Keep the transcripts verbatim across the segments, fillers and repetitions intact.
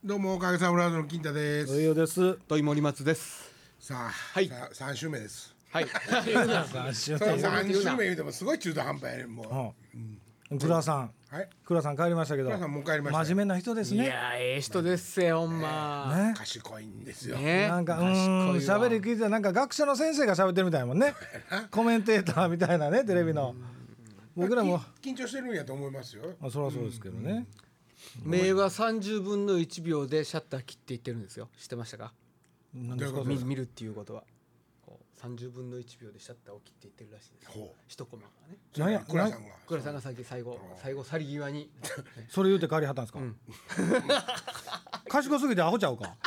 どうもおかげさまの金太です。 おいよです。 土井森松です。 さあ、 はい、 ささん週目です。 はい。 さん週目言うてもすごい中途半端やねんもう。 うん、倉さん、はい、倉さん帰りましたけど、 倉さんもう帰りました。 真面目な人ですね。 いやええ人ですよ、ほんま。 ね、賢いんですよ。 ね、なんかうん喋り聞いてなんか学者の先生が喋ってるみたいもんね。コメンテーターみたいなね、テレビの。僕らも緊張してるんやと思いますよ。 あ、そりゃそうですけどね。 目はさんじゅうぶんのいちびょうでシャッター切っていってるんですよ。知ってましたか？ 何ですか？ 見, 見るっていうことはこうさんじゅうぶんのいちびょうでシャッターを切っていってるらしいです。一コマがね。 何や倉さんが倉さんが先最後最後去り際にそれ言うて帰りはったんですか？うん、賢すぎてアホちゃうか。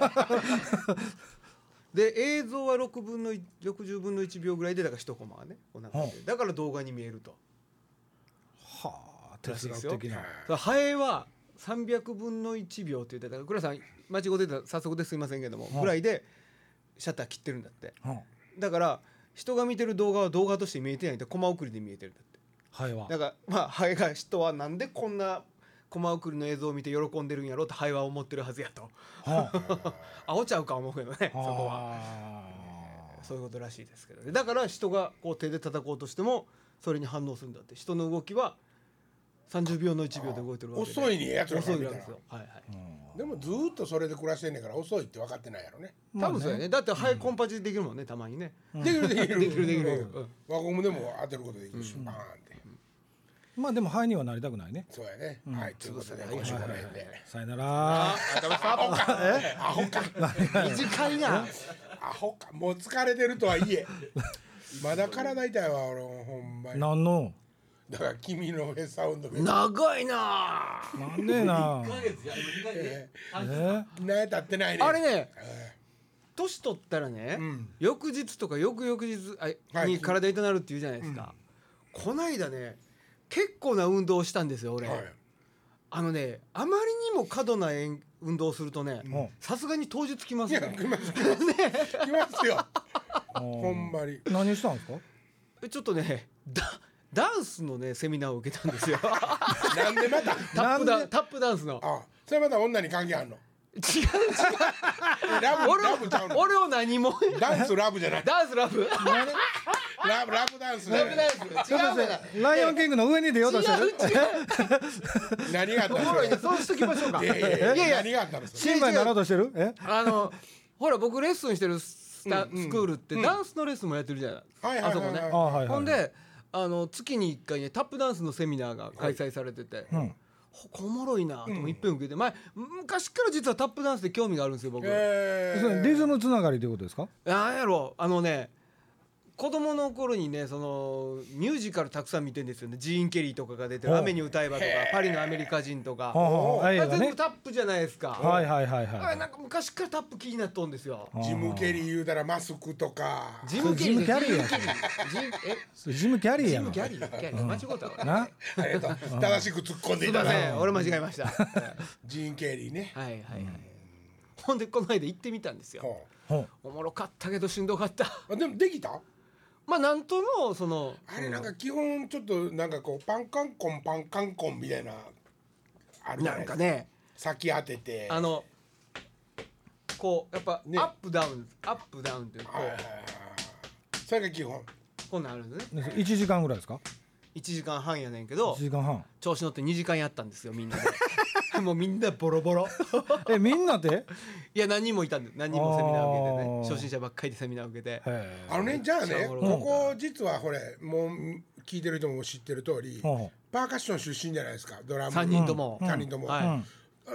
で映像はろくぶんのろくじゅうぶんのいちびょうぐらいでだから一コマがねこんな感じでだから動画に見えると。 はあ、哲学的な。 ハエはさんびゃくぶんのいちびょうって言ってたから倉さん間違ってたら早速ですいませんけども、はあ、ぐらいでシャッター切ってるんだって、はあ、だから人が見てる動画は動画として見えてないんでコマ送りで見えてるんだって。 ハエはだからまあハエが人はなんでこんなコマ送りの映像を見て喜んでるんやろってハエは思ってるはずやと、はあ、アホちゃうか思うけどね、はあ、そこは、えー、そういうことらしいですけど、ね、だから人がこう手で叩こうとしてもそれに反応するんだって。人の動きはさんじゅうびょうのいちびょうで動いてるわけで遅いねやつらが見たら遅いんですよ、はいはい、 うん、でもずっとそれで暮らしてんねんから遅いって分かってないやろね。 多分そうやね。だってハエコンパチできるもんね、たまにね、 うん、できるできるできるできる、うん、 輪ゴムでも当てることできるし、うん、バーンって、 うん、まあでもハエにはなりたくないね。 そうやね、うん、はい、ということで今週この辺でさよなら。 アホかえアホか短いなアホか。もう疲れてるとはいえまだ体痛いわ俺ほんまに。 何のだから君のフェサウンド長いななんでなえー、何経ってないねあれね、年取ったらね、うん、翌日とか翌々日に体痛なるって言うじゃないですか、うん、こないだね結構な運動をしたんですよ俺、はい、あのねあまりにも過度な運動をするとねさすがに当日きますね。 来ます来ますね来ますよほんまに。 何したんですか？ ちょっとねだダンスのねセミナーを受けたんですよ。 なんでまたタップダタップダンスの。 ああ、それまた女に関係あるの？ 違う違う。 ラブラブちゃうの？ 俺を何もダンスラブじゃない。 ダンスラブ。 ラブラブダンス。 ラブダンス。違うから。 ライオンキングの上に出ようとしてる。 違う違う。 何があったの？ そうしときましょうか。いやいやいや何があったの？ 審判になろうとしてる？え？ あのほら僕レッスンしてるスタスクールってダンスのレッスンもやってるじゃない。あそこね。ほんで。あの月にいっかいねタップダンスのセミナーが開催されてて、はい、おもろいなともいっぺん受けて、前昔から実はタップダンスで興味があるんですよ僕。 えー、リズムつながりということですか？ なんやろあのね子供の頃にねそのミュージカルたくさん見てるんですよね。ジーン・ケリーとかが出てる雨に歌えばとかパリのアメリカ人とか全部タップじゃないですか。 はいはいはいはい。 なんか昔からタップ気になっとんですよ。 ジム・ケリー言うたらマスクとか。 ジム・キャリーや。 ジム・キャリーや。 ジム・キャリー間違うたわな。 ありがとう。正しく突っ込んでいただいて。 すいません俺間違えました。 ジーン・ケリーね。 はいはいはい。ほんでこの間行ってみたんですよ。おもろかったけどしんどかった。 でもできた？ まあなんとのそのあれなんか基本ちょっとなんかこうパンカンコンパンカンコンみたいなあるじゃないですか。なんかね先当ててあのこうやっぱアップダウンアップダウンってこうそれが基本こんなんあるんですね。 いちじかんぐらいですか？ いちじかんはんやねんけどいちじかんはん調子乗ってにじかんやったんですよみんなで。もうみんなボロボロ。 えみんなで？ いや何人もいたんで何人もセミナー受けてね初心者ばっかりでセミナー受けて。 あのねじゃあねここ実はこれもう聞いてる人も知ってる通りパーカッション出身じゃないですか。ドラムさんにんともさんにんとも、はい、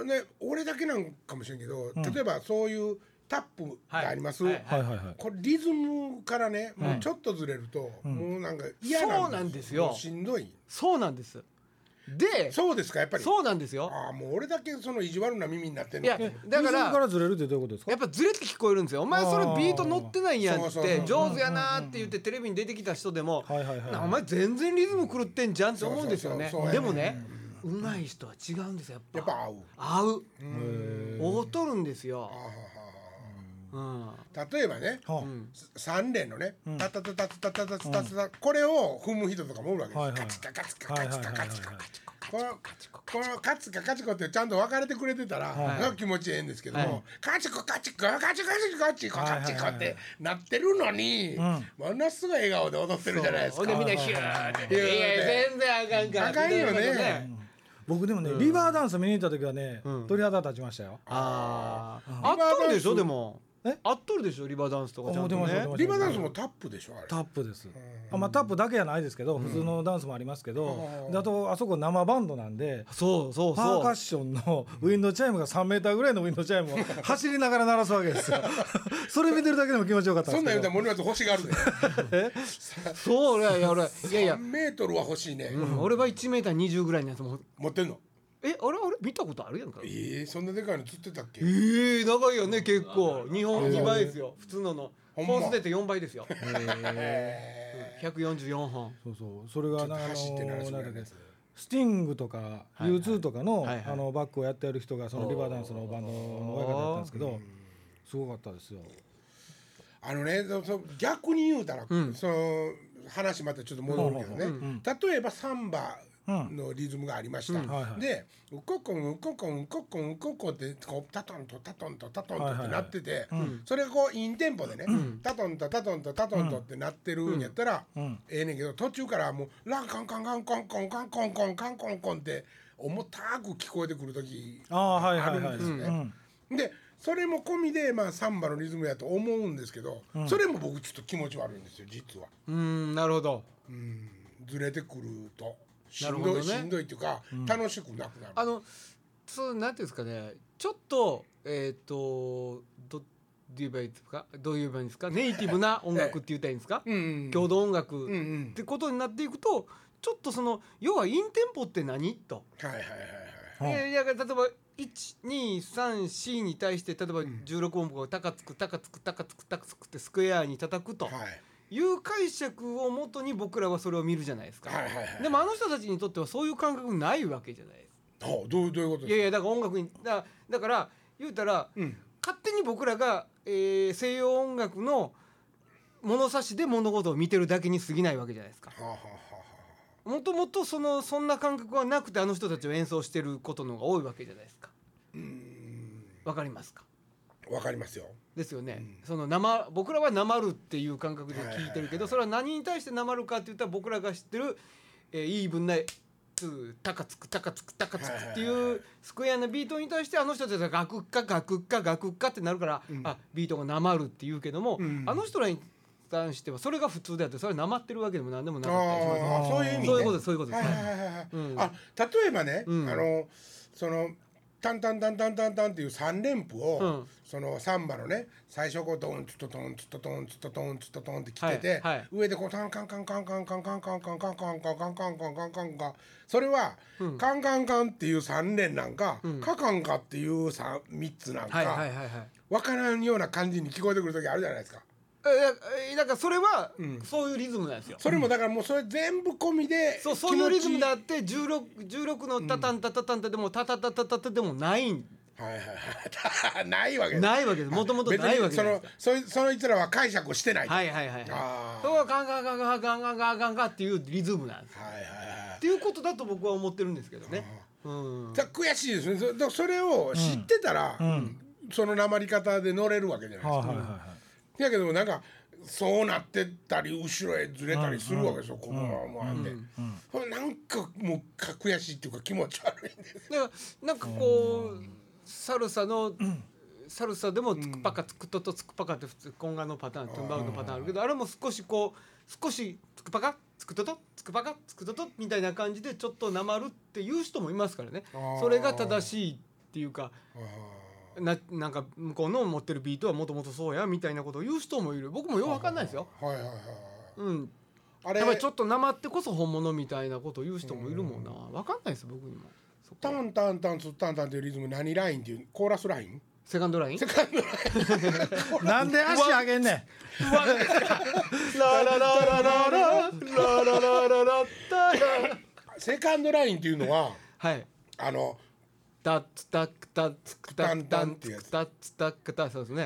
ね俺だけなんかもしれんけど、うん、例えばそういうタップがあります、はいはいはい、これリズムからねもうちょっとずれると、うん、もうなんか嫌なんですよ。しんどい。 そうなんです。でそうですかやっぱりそうなんですよ。 ああもう俺だけその意地悪な耳になってんの。 いやだからリズムからずれるってどういうことですか？ やっぱずれて聞こえるんですよ。お前それビート乗ってないやんって上手やなって言ってテレビに出てきた人でもお前全然リズム狂ってんじゃんって思うんですよね。でもね上手い人は違うんですよ。やっぱやっぱ合う合う合うとるんですよ。 うん、例えばね、うん、さん連のね、うん、タタタタタタタタタタ、うん、これを踏む人とかもおるわけです、はいはい、カチカカチカカチカカチカカチカこのこのカチカカチコってちゃんと分かれてくれてたら、はい、気持ちいいんですけども、はい、カチコカチコカチカチカチコカチコってなってるのに、うん、ものすごい笑顔で踊ってるじゃないですか。 ほんでみんなヒューっていや全然あかんからあかんよね。 僕でもね、うん、リバーダンス見に行った時はね、うん、鳥肌立ちましたよ。 ああ、あったるでしょでも。えあっとるでしょリバーダンスとかちゃんとね。 リバーダンスもタップでしょあれ。 タップです。あまあタップだけじゃないですけど、普通のダンスもありますけど、であとあそこ生バンドなんで、 そうそうそう。 パーカッションのウィンドチャイムがさんメーターぐらいのウィンドチャイムを走りながら鳴らすわけですよ。それ見てるだけでも気持ちよかったんですけど。 そんなん言うたら森松欲しがるで。 え？そういや俺いやいや。 さんメートルは欲しいね。 うん、俺はいちメーターにじゅうぐらいのやつも持ってんの。 えあれあれ見たことあるやんか。 えー、そんなでかいの釣ってたっけ。 えー、長いよね結構。日本にばいですよ普通のの。本数出てよんばいですよ。ひゃくよんじゅうよんほん。 そうそうそれがあのスティングとか ユーツー とかのあのバックをやってやる人がそのリバーダンスのバンドの親方だったんですけど、すごかったですよ。 あのね逆に言うたら、うん、その話またちょっと戻るけどね、うん、例えばサンバのリズムがありました、うんはいはい、でウココンウココンウココンウココンってこうタトンとタトンとタトンとってなってて、はいはいはい、それがこうインテンポでね、うん、タトンとタトンとタトンとってなってるんやったら、うん、ええねんけど途中からもうランカンカンカンコンコンカンコンコンカンコンコンって重たく聞こえてくる時あるんですね。でそれも込みで、まあ、サンバのリズムやと思うんですけど、うん、それも僕ちょっと気持ち悪いんですよ実は。 うーんなるほど。 うんずれてくるとしんどい、ね、しんどいっていうか、うん、楽しくなくなる。 あのそうなんていうんですかねちょっとえっ、ー、とどどう言えばいいですかどう言えばいいんですかネイティブな音楽って言ったらいいんですか、ええうんうん、郷土音楽ってことになっていくとちょっとその要はインテンポって何と。 はいはいはいはい。いやいや例えばいちにさんしに対して例えばじゅうろく音符がタカつくタカつくタカつくタカつくってスクエアに叩くと、はい、いう解釈をもとに僕らはそれを見るじゃないですか、はいはいはい、でもあの人たちにとってはそういう感覚ないわけじゃないですか。 はあ、どう、どういうことですか。 いやいやだから音楽に だ, だから言うたら、うん、勝手に僕らが、えー、西洋音楽の物差しで物事を見てるだけに過ぎないわけじゃないですか。はあはあ、もともと そ, のそんな感覚はなくてあの人たちを演奏してることの方が多いわけじゃないですか。うーんわかりますか。 わかりますよ。 ですよね、うん、そのなま僕らはなまるっていう感覚で聞いてるけど、それは何に対してなまるかって言ったら僕らが知ってる、えー、イーブンなタカつくタカつくタカつくっていうスクエアなビートに対してあの人たちがガクッカガクッカガクッカってなるから、うん、あビートがなまるって言うけども、うん、あの人らに関してはそれが普通であってそれはなまってるわけでも何でもなかったりします。 あそういう意味ね。 そういうことですそういうことですね。 あ例えばね、うん、あのそのタンタンタンタンタンタンっていうさん連符を、うん、そのサンバのね最初こうドンツトトンツトトンツトトンツトトンって来てて、はいはい、上でこうタンカンカンカンカンカンカンカンカンカンカンカンカンカンカンカンカンカンそれは、うん、カンカンカンっていうさん連なんか、うん、カカンカっていうみっつなんか、はいはいはいはい、分からんような感じに聞こえてくる時あるじゃないですか。 だからそれはそういうリズムなんですよ、 うん、それもだからもうそれ全部込みでそうそういうリズムであってじゅうろく、じゅうろくのタタンタタタンタでもタタタタタタでもないんはいはいはいないわけですないわけですもともとないわけですそのそのいつらは解釈をしてないはいはいはいあそこはガンガンガンガンガンガンガンガンガンっていうリズムなんです、はいはいはい、っていうことだと僕は思ってるんですけどね、うん、 悔しいですね。だからそれを知ってたら、うんうん、そのなまり方で乗れるわけじゃないですか、はいはいはい、だけどなんかそうなってったり後ろへずれたりするわけですよ、うん、ここもあって、うんうん、なんかもう悔しいっていうか気持ち悪いんですだからなんかこうサルサの、うん、サルサでもつくパカつくととつくパカって普通コンガのパターントゥンバウのパターンあるけどあれも少しこう少しつくパカつくととつくパカつくととみたいな感じでちょっとなまるっていう人もいますからね。それが正しいっていうかな, なんか向こうの持ってるビートはもともとそうやみたいなことを言う人もいる。僕もよく分かんないですよ。はいはいはい。うん。あれやっぱりちょっとなまってこそ本物みたいなことを言う人もいるもんな。分かんないです僕にも。 タンタンタンツタンタンっていうリズム何ラインっていうコーラスライン？ セカンドライン？ セカンドライン。 なんで足上げんねん。ララララララララララララセカンドラインっていうのは、 はい。 あの。 タッツタックタッツクタッタンツクタッツタックタそうですね。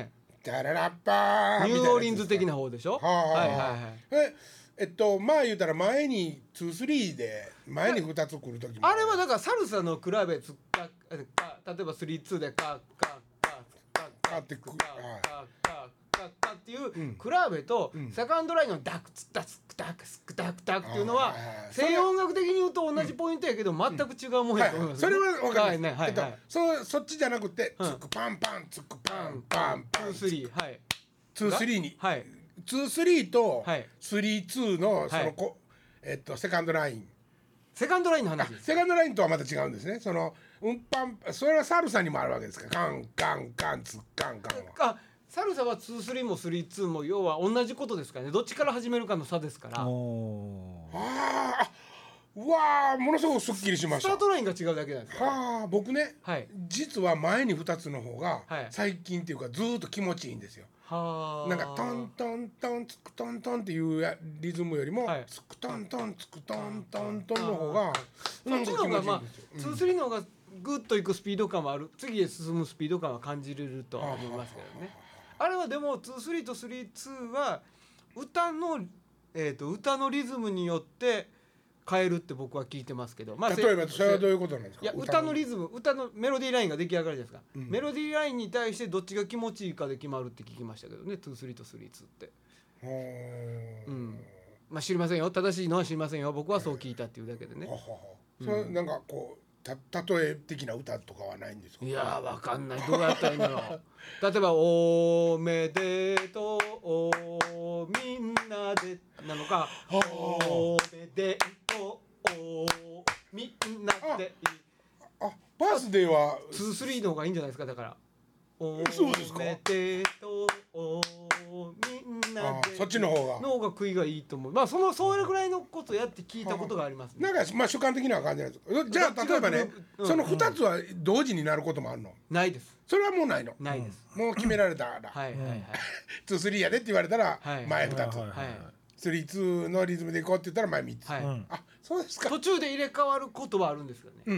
タララッパーニューオーリンズ的な方でしょ。 はあ、はいはいはい。ええっとまあ言うたら前にツースリーで前にふたつ来る時もあれはだからサルサのクラベツか例えばスリーツーでカカカカカってくるカカカカっていうクラベとセカンドラインのダクツダツクダクスクダクダクっていうのは西洋音楽的に言うと同じポイントやけど全く違うもんやと思います。 それは分かるね。えっとそそっちじゃなくてツクパンパンツクパンパンパンツースリーはいツースリーにはいツースリーとスリーツーのそのこ、はい、えっとセカンドラインセカンドラインの話です。 セカンドラインとはまた違うんですね。そのうんパンそれはサルサにもあるわけですか。カンカンカンツカンカンは。 あサルサはツースリーもスリーツーも要は同じことですからね。どっちから始めるかの差ですから。ああうわーものすごくすっきりしました。 スタートラインが違うだけなんですか。 はあ僕ね、はい、実は前にふたつの方が最近っていうかずーっと気持ちいいんですよ。はなんかトントントンツクトントンっていうリズムよりも、はい、ツクトントンツクトントントンの方がそっちの方がまあツースリーの方がグッといくスピード感はある。次へ進むスピード感は感じれるとは思いますけどね。あれはでもツースリーとスリーツーは歌のえっと歌のリズムによって変えるって僕は聞いてますけど、 まあ、例えばそれはどういうことなんですか。 いや歌のリズム歌のメロディーラインが出来上がるじゃないですか、うん、メロディーラインに対してどっちが気持ちいいかで決まるって聞きましたけどねツースリーとスリーツーって。うん、まあ知りませんよ正しいのは知りませんよ僕はそう聞いたっていうだけでね。 それなんかこうた例え的な歌とかはないんですか。 いやわかんないどうやったらいいんだろう例えばおめでとうみんなでなのかおめでとうみんなでああバースデーはツースリーの方がいいんじゃないですか。だからおめでとうみんなでそっちの方がの方が食いがいいと思う。まあそのそれぐらいのことやって聞いたことがあります、 ね、なんかまあ主観的な感じなんです。じゃあ例えばね、うん、そのふたつは同時になることもあるの。 ないです。 それはもうないの。 ないです、 うん、もう決められたらはいはいはいツースリーやでって言われたら前ふたつ、はいはいはい、スリーツーのリズムでいこうって言ったら前みっつ、はい、あそうですか。 途中で入れ替わることはあるんですよね、うんうんうん、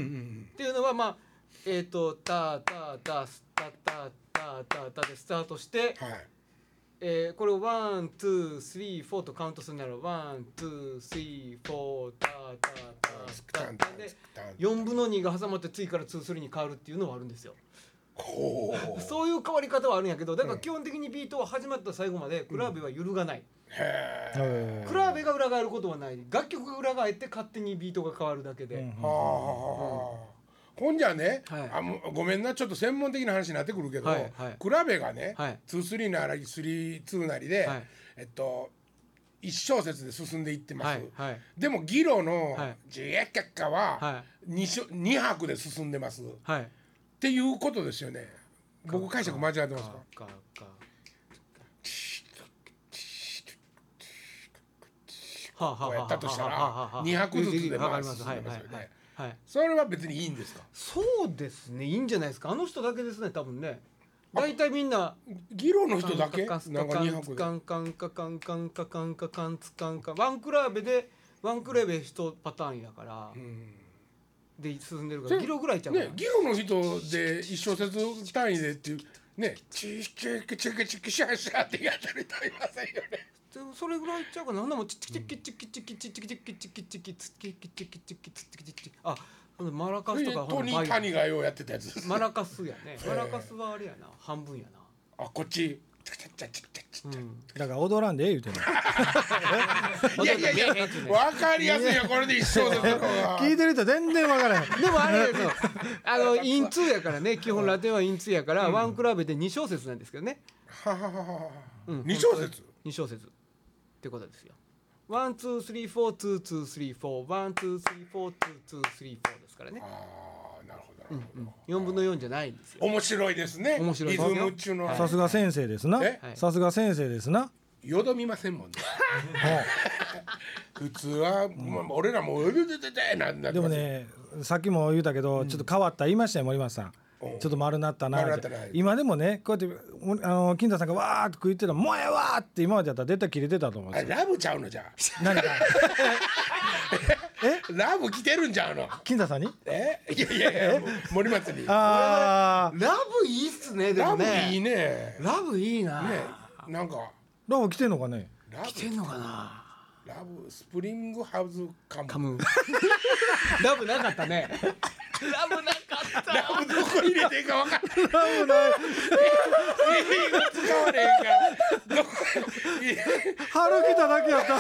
っていうのはまあえっ、ー、とタタタスタタタタタでスタートして、はいえー、これをワンツースリーフォーとカウントするならワンツースリーフォータタタタタでよんぶんのにが挟まって次からツースリーに変わるっていうのはあるんですよ。そういう変わり方はあるんやけどだから基本的にビートは始まった最後までクラベは揺るがない、うん、クラベが裏返ることはない。楽曲が裏返って勝手にビートが変わるだけで、うんうんうんほんじゃね、はい、あもごめんなちょっと専門的な話になってくるけど、はいはい、クラベがね、はい、ツースリーなりスリーツーなりで、はい、えっといち小節で進んでいってます、はいはい、でもギロの「ジエッカッカ」は 2, に拍で進んでます、はい、っていうことですよね。僕解釈間違ってますか。こうやったとしたらに拍ずつで回す進んでますよね。はい、それは別にいいんですか。 そうですねいいんじゃないですか。あの人だけですね多分ね。大体みんなギロの人だけなんかに拍でカンカンカカンカンカカンカカンツカンカワンクラベでワンクラベ一パターンやから、うん、で進んでるからギロぐらいちゃうかな、 ね、ギロの人で一小節単位でっていうねチキチキチキチキシャシャってやったりとりませんよね。 それぐらいちゃうかな。なんでもチキチキチキチキチキチキチキチキチキチキチキチキチキチキあマラカスとかトニー谷がようやってたやつマラカスやね。マラカスはあれやな半分やな。 あこっちだから踊らんでええ言うてんのいやいやいや分かりやすいよこれで一生で聞いてる人全然分からへん。 でもあれですよあのインツーやからね基本ラテンはインツーやから、うん、ワンクラベでに小節なんですけどね。 はははは、うん、に小節に小節ってことですよ。ワンツースリーフォーツーツースリーフォーワンツースリーフォーツーツースリーフォーですからね。 ああなるほどなるほど、うんうん、 よんぶんのよんじゃないんですよ。 面白いですね。 面白いですリズム中のさすが先生ですな。さすが先生ですな。 よどみませんもんね普通は、うん、俺らもうるでででなんだ。 でもねさっきも言うたけど、うん、ちょっと変わった言いましたよ森松さん。ちょっと丸なったなって今でもねこうやってあの金田さんがわーっと食いってたらもうええわーって今までやったら絶対切れてたと思うんですよ。 ラブちゃうのじゃ何かえラブ来てるんじゃんの金田さんにえいやいやいや森松にあラブいいっすねでもねラブいいねラブいいなねなんかラブ来てんのかね来てんのかなラブスプリングハウスカムカムラブなかったねラブなかったラブどこ入れていいか分かんないラブない英語使われへんからどこ春来ただけやった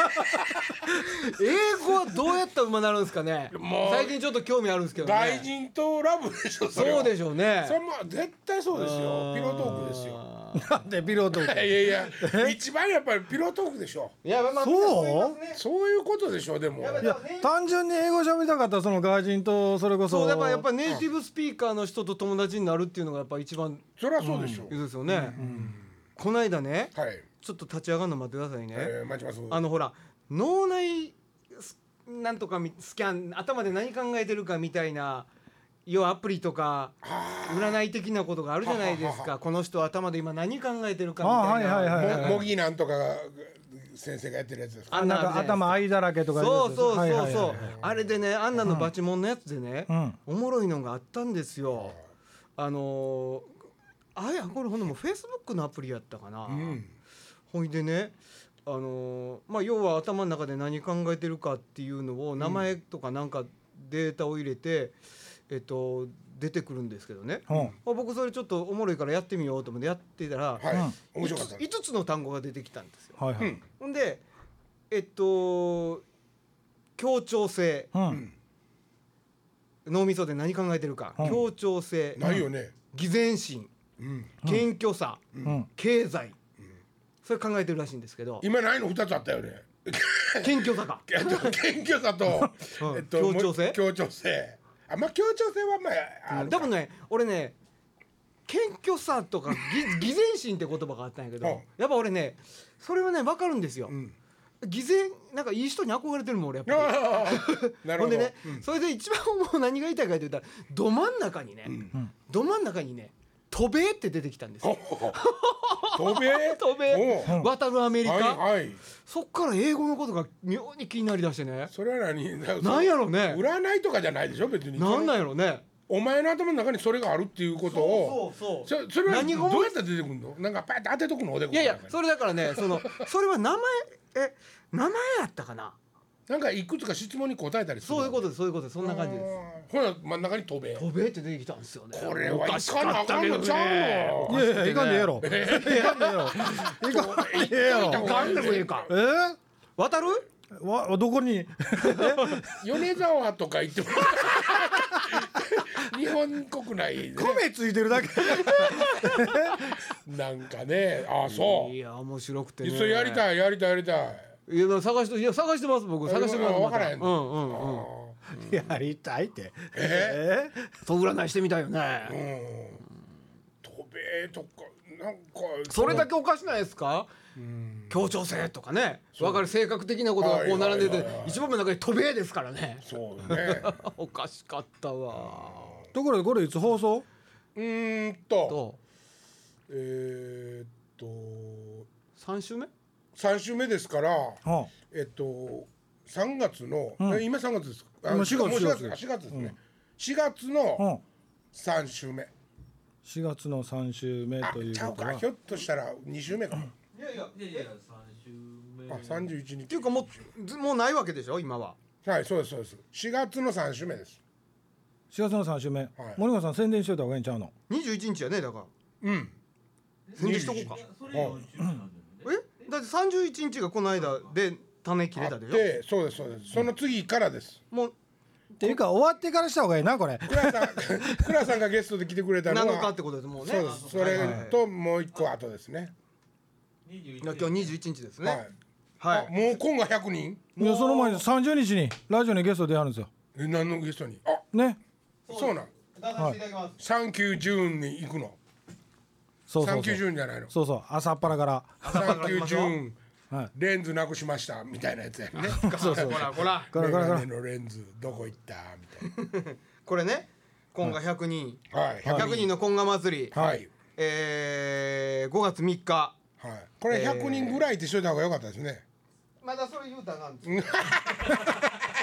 英語はどうやったら馬なるんですかねもう最近ちょっと興味あるんですけどね外人とラブでしょそれはそうでしょうねそれも絶対そうですよピロートークですよなんでピロートークいやいや一番やっぱりピロートークでしょいや、まあ、 そうそういうことでしょでもいや単純に英語喋りたかったらその外人とそれこそそうやっぱやっぱネイティブスピーカーの人と友達になるっていうのがやっぱ一番そりゃそうでしょいいですよね、うん、この間ね、はい、ちょっと立ち上がるの待ってくださいね、 えー、待ちますあのほら脳内なんとかスキャン頭で何考えてるかみたいな要はアプリとか占い的なことがあるじゃないですかこの人は頭で今何考えてるかみたいな、はいはいはいはい、 も模擬なんとかが先生がやってるやつですかあんな頭愛だらけとかそうそうそうそう、はいはいはい、あれでねあんなのバチモンのやつでね、うん、おもろいのがあったんですよ、あのー、あやこれほんでもフェイスブックのアプリやったかな、うん、ほいでねあのー、まあ要は頭の中で何考えてるかっていうのを名前とかなんかデータを入れて、えっと出てくるんですけどね、うん、僕それちょっとおもろいからやってみようと思ってやってたら、はい、面白かった。いつつの単語が出てきたんですよ、はいはい、ほんでえっと協調性、うん、脳みそで何考えてるか、うん、協調性ないよね、 偽善心、うん、謙虚さ、うん、経済、うん、それ考えてるらしいんですけど今ないのふたつあったよね謙虚さか謙虚さと、 うんえっと、協調性協調性あまあ協調性はまああるか、 でもね俺ね謙虚さとか偽善心って言葉があったんやけど、うん、やっぱ俺ねそれはね分かるんですよ、うん、偽善なんかいい人に憧れてるもん俺やっぱりほんでね、うん、それで一番もう何が言いたいかと言ったらど真ん中にね、うん、ど真ん中にね渡米って出てきたんですよ渡米渡米渡るアメリカ、 はいはい、 そっから英語のことが妙に気になりだしてねそれは何何やろね占いとかじゃないでしょ別に何なんやろねお前の頭の中にそれがあるっていうことをそうそうそうそ, それはどうやって出てくるのなんかパッて当てとくのおでこいやいやそれだからねそのそれは名前え名前やったかななんかいくつか質問に答えたりするそういうことですそういうことですそんな感じですほら真ん中に渡米渡米って出てきたんですよねこれはいかなあかんのちゃうのいやいやいかんでええやろいかんでええやろいかんでええやろいかんでもええかえー、 渡るわどこに米沢とか行っても日本国内で、ね、 米ついてるだけなんかねあそういや面白くてねそれやりたいやりたいやりたいいや探していや探してます僕探してます分からへんうんうんうんやりたいってえー、そう占いしてみたいよねうん渡米とかなんかそれだけおかしないですか協調性とかね分かる性格的なことがこう並んでて一番目の中に渡米ですからねそうねおかしかったわところでこれいつ放送うーんとえー、っとさん週目さん週目ですから、はあ、えっとさんがつの、うん、今さんがつですかしがつしがつしがつですね、うん、しがつのさん週目しがつのさん週目ということはひょっとしたらに週目かも、 いやいやいやいやさん週目あさんじゅういちにちっていうかもうもうないわけでしょ今ははいそうですそうですしがつのさん週目ですしがつのさん週目、はい、森川さん宣伝しといた方がいいんちゃうのにじゅういちにちやねだからうん宣伝しとこうかえだってさんじゅういちにちがこの間で種切れたでしょでそうですそうですその次からです、 もうっていうか終わってからした方がいいなこれ倉さん倉さんがゲストで来てくれたのはなのかってことですもうねそうですそれともう一個後ですね今日にじゅういちにちですねはい、はい、もう今がひゃくにんいやその前にさんじゅうにちにラジオにゲストでやるんですよえ何のゲストにあねそうなんサンキュージューンに行くのそうそうそうサンキュージューンじゃないのそうそう朝っぱらからサンキュージューンはい、レンズなくしましたみたいなやつやねそうそうほらほらメガネのレンズどこ行ったみたいなこれね今がひゃくにん、 はい、 ひゃくにんの今が祭り、 はい、 えー、ごがつみっか、 はい、これひゃくにんぐらいってしといた方が良かったですね、 まだそれ言うたらなんです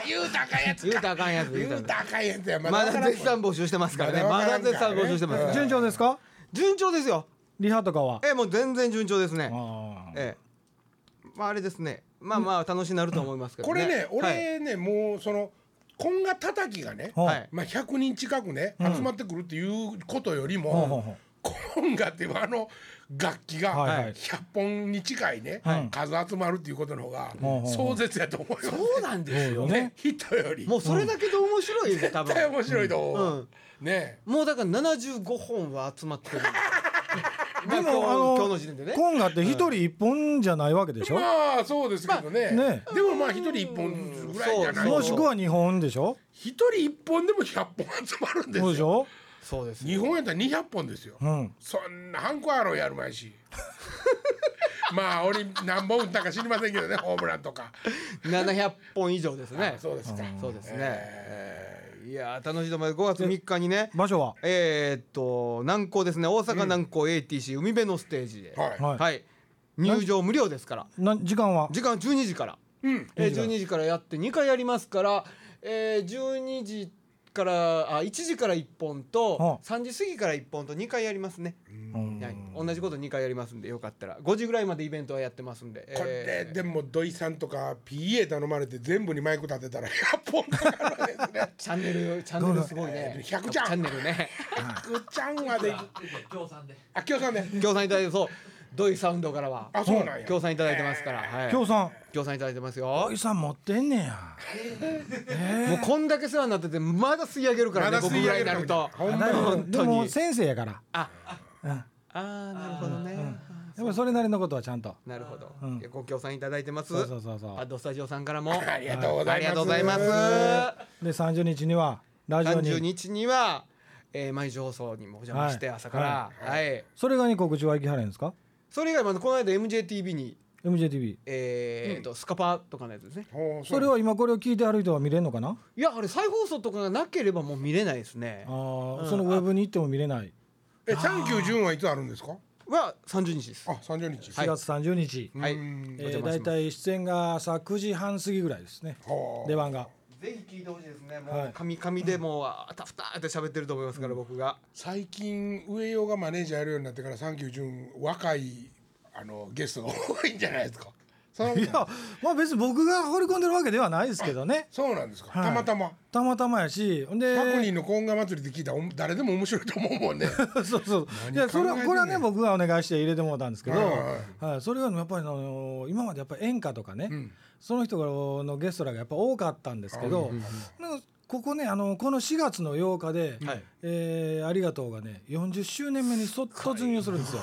言うたかんやつ言うたかんやつ言うたかんやつやまだ絶賛募集してますからねまだ絶賛募集してます順調ですか？ 順調ですよリハとかはえもう全然順調ですねええまああれですねまあまあ楽しになると思いますけどねこれね俺ねもうそのコンガ叩きがねまあひゃくにん近くね集まってくるっていうことよりもコンガっていうあの楽器がひゃっぽんに近いね数集まるっていうことの方が壮絶やと思います。 そうなんですよね人よりもうそれだけで面白いよ多分絶対面白いと思うねもうだからななじゅうごほんは集まってるでもあの今日コンガって一人一本じゃないわけでしょ。 まあそうですけどねでもまあ一人一本ぐらいじゃないもしくは二本でしょ。 一人一本でもひゃっぽん集まるんですよ。 そうでしょ。 そうです日本やったらにひゃっぽんですよ、うん、そんなハンコアローやるまいしまあ俺何本打ったか知りませんけどねホームランとかななひゃっぽん以上ですね。 そうですか、 そうですね、えー、いや楽しいと思います。ごがつみっかにね場所はえー、っと南港ですね大阪南港 エーティーシー 海辺のステージで、はい、はい、入場無料ですからな時間は時間じゅうにじから、うんえー、じゅうにじからやってにかいやりますから、えー、じゅうにじからあいちじからいっぽんとさんじ過ぎからいっぽんとにかいやりますね、はい、同じことにかいやりますんでよかったらごじぐらいまでイベントはやってますんでこれ、えー、でも土井さんとか ピーエー 頼まれて全部にマイク立てたらひゃっぽんかかるわけですねチャンネルチャンネルすごいねひゃくちゃんチャンネルねひゃくちゃんまで協賛であ協賛で協賛いただいてそう土井サウンドからはあそうなんや協賛いただいてますから、はい、 協賛協賛いただいてますよ。 土井さん持ってんねや、 えー、もうこんだけ世話になっててまだ吸い上げるからね、ま、僕ぐらいになるとでも先生やからあああなるほどね、うん、 でもそれなりのことはちゃんとなるほど、うん、ご協賛いただいてます。 そうそうそうそうパッドスタジオさんからもありがとうございます、 ありがとうございますでさんじゅうにちにはラジオにさんじゅうにちには、えー、毎日放送にもお邪魔して、はい、朝から、はいはい、 それがに告知は行きはれんですか。 それ以外もこの間 エムジェーティービー にエムジェーティービーえーと、うん、スカパーとかのやつですね。 それは今これを聞いてある人は見れるのかな。 いやあれ再放送とかがなければもう見れないですね。 あ、うん、そのウェブに行っても見れない。 えサンキュージュンはいつあるんですか。 はさんじゅうにちです。 あさんじゅうにちしがつさんじゅうにち、 はい、 えー、だいたい出演が朝くじはん過ぎぐらいですね、出番が。 ぜひ聞いてほしいですね。もう神々でもうあたふたって喋ってると思いますから、うん、僕が最近上与がマネージャーやるようになってからサンキュージュン若いあのゲストが多いんじゃないですか。 いやまあ別に僕が放り込んでるわけではないですけどね。 そうなんですか、はい、たまたまたまたまやし、でひゃくにんのコンガ祭りで聞いたら誰でも面白いと思うもんねそうそういやそれこれはね僕がお願いして入れてもらったんですけど、はいはいはい、それはやっぱりあの今までやっぱり演歌とかね、うん、その人のゲストらがやっぱ多かったんですけど、なんかここねあのこのしがつのようかで、はい、えー、ありがとうがねよんじゅっしゅうねんめにそ突入するんですよ。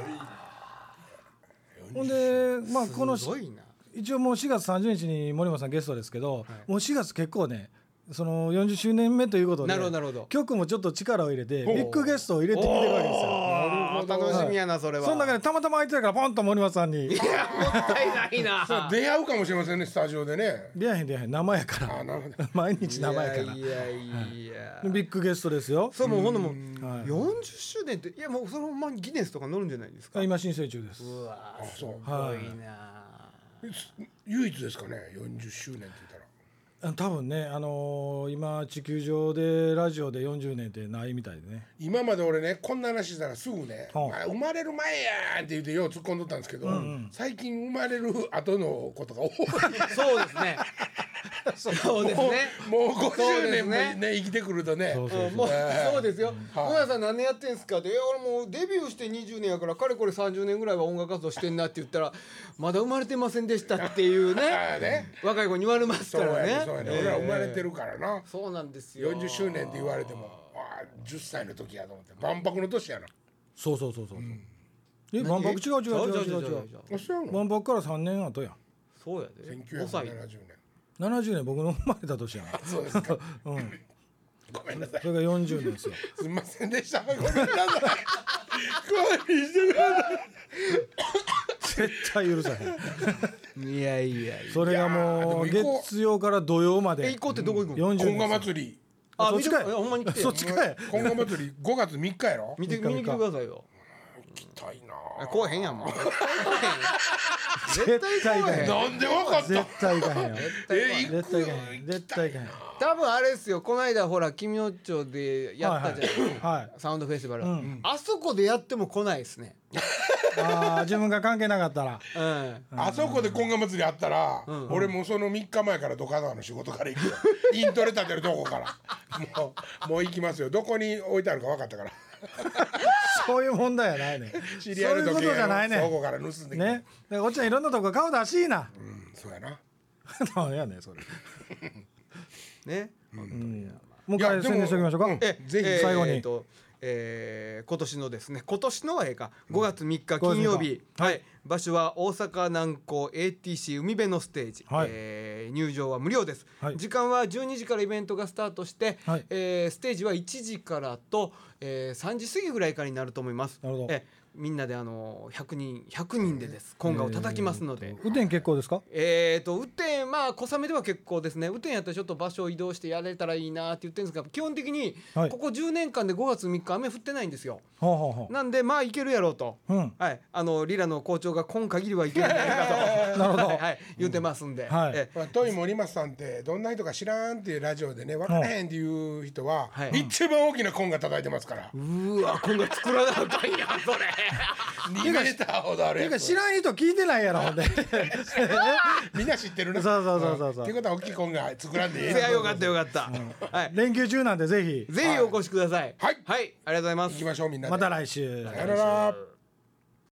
ほんでまあこの一応もうしがつさんじゅうにちに森本さんゲストですけど、はい、もうしがつ結構ねそのよんじゅっしゅうねんめということで曲もちょっと力を入れてビッグゲストを入れてきてるわけですよ。 なるほど楽しみやなそれは。 その中でたまたま空いてたからポンと森本さんに。 いやもったいないな出会うかもしれませんねスタジオでね。 出会えへん出会えへん生やから。あなるほど毎日生やから。いやいやいや、はい、ビッグゲストですよ。 そうもうほんのもうよんじゅっしゅうねんっていやもうそのままギネスとか乗るんじゃないですか。 今申請中です。 うわすごいな、はい、 唯一ですかねよんじゅっしゅうねんって言ったら。 多分ね、あのー、今地球上でラジオでよんじゅうねんってないみたいでね。 今まで俺ねこんな話したらすぐね、はあ、生まれる前やんって言ってよう突っ込んどったんですけど、うんうん、最近生まれる後のことが多いそうですねそうですねもうごじゅうねんもね生きてくるとねそうそうそう、もうそうですよ。野谷さん何年やってんすかって、いや俺もうデビューしてにじゅうねんやからかれこれさんじゅうねんぐらいは音楽活動してんなって言ったらまだ生まれてませんでしたっていうねね若い子に言われますからね。 そうやね、俺ら生まれてるからな。 そうなんですよ。 よんじゅっしゅうねんって言われてもあじゅっさいの時やと思って万博の年やな。 そうそうそうそう、うん、え万博違う違う違う違う違う万博からさんねん後やん。 そうやでせんきゅうひゃくななじゅうねんななじゅうねん僕の生まれた年やんそうですか、うん、ごめんなさい。 それがよんじゅうねんですよすみませんでしたごめんなさいごめんしてください絶対許さへんいやいやいやそれがもう月曜から土曜までえ行こうってどこ行くの。 よんじゅうねんコンガ祭り。 あそっちかいほんまに来てそっちかいコンガ祭りごがつみっかやろ。 見て見に来てくださいよ。 きたいな。 こうへんやんもん。 絶対行かへん。 なんでわかった。 絶対行かへんよ。 え絶対行かへん。絶対行かへん。 多分あれですよ。この間ほら君野町でやったじゃないですか。 はい。 サウンドフェスティバル。あそこでやっても来ないですね。 ああ自分が関係なかったら。 うん。 あそこで今月祭りあったら、俺もそのみっかまえからドカダの仕事から行くよ。イントレ立てるとこから。もうもう行きますよ。どこに置いてあるか分かったから。 そういう問題やないね。 知り合いの時計をそこから盗んできて。 ね。でこっちは、いろんなとこ顔出しいな。 うん、そうやな。 なんやねんそれ。 ね。 うん。もう一回宣伝しておきましょうか。 え、 ぜひ最後に。 えー、今年のですね今年のええかごがつみっか金曜日、うん、はい、場所は大阪南港 エーティーシー 海辺のステージ、はい、えー、入場は無料です、はい、時間はじゅうにじからイベントがスタートして、はい、えー、ステージはいちじからと、えー、さんじ過ぎぐらいからになると思います。 なるほど。 えみんなであのひゃくにんひゃくにんでですコンガを叩きますので、 雨天結構ですか？ えーと雨天まあ小雨では結構ですね。雨天やったらちょっと場所を移動してやれたらいいなって言ってるんですが、基本的にここじゅうねんかんでごがつみっか雨降ってないんですよ、はい、なんでまあいけるやろうと、うん、はい、あのリラの校長が今限りはいけるんじゃないかとなるほど、はいはい、言ってますんで、うん、はい、えトイ森松さんってどんな人か知らんっていうラジオでね分からへんっていう人は、はい、一番大きなコンガ叩いてますから、 うん、うわコンガ作らなあかんやんそれにメーターほどあるやつ。 てか知らん人聞いてないやろほんでみんな知ってるね。 そうそうそうそうそう。 っていうことは大きいコンガ作らんでええ。 いやよかったよかった、うん、はい、 連休中なんでぜひぜひお越しください。 はい、 はい、ありがとうございます。 行きましょうみんなで。 また来週。 さよなら。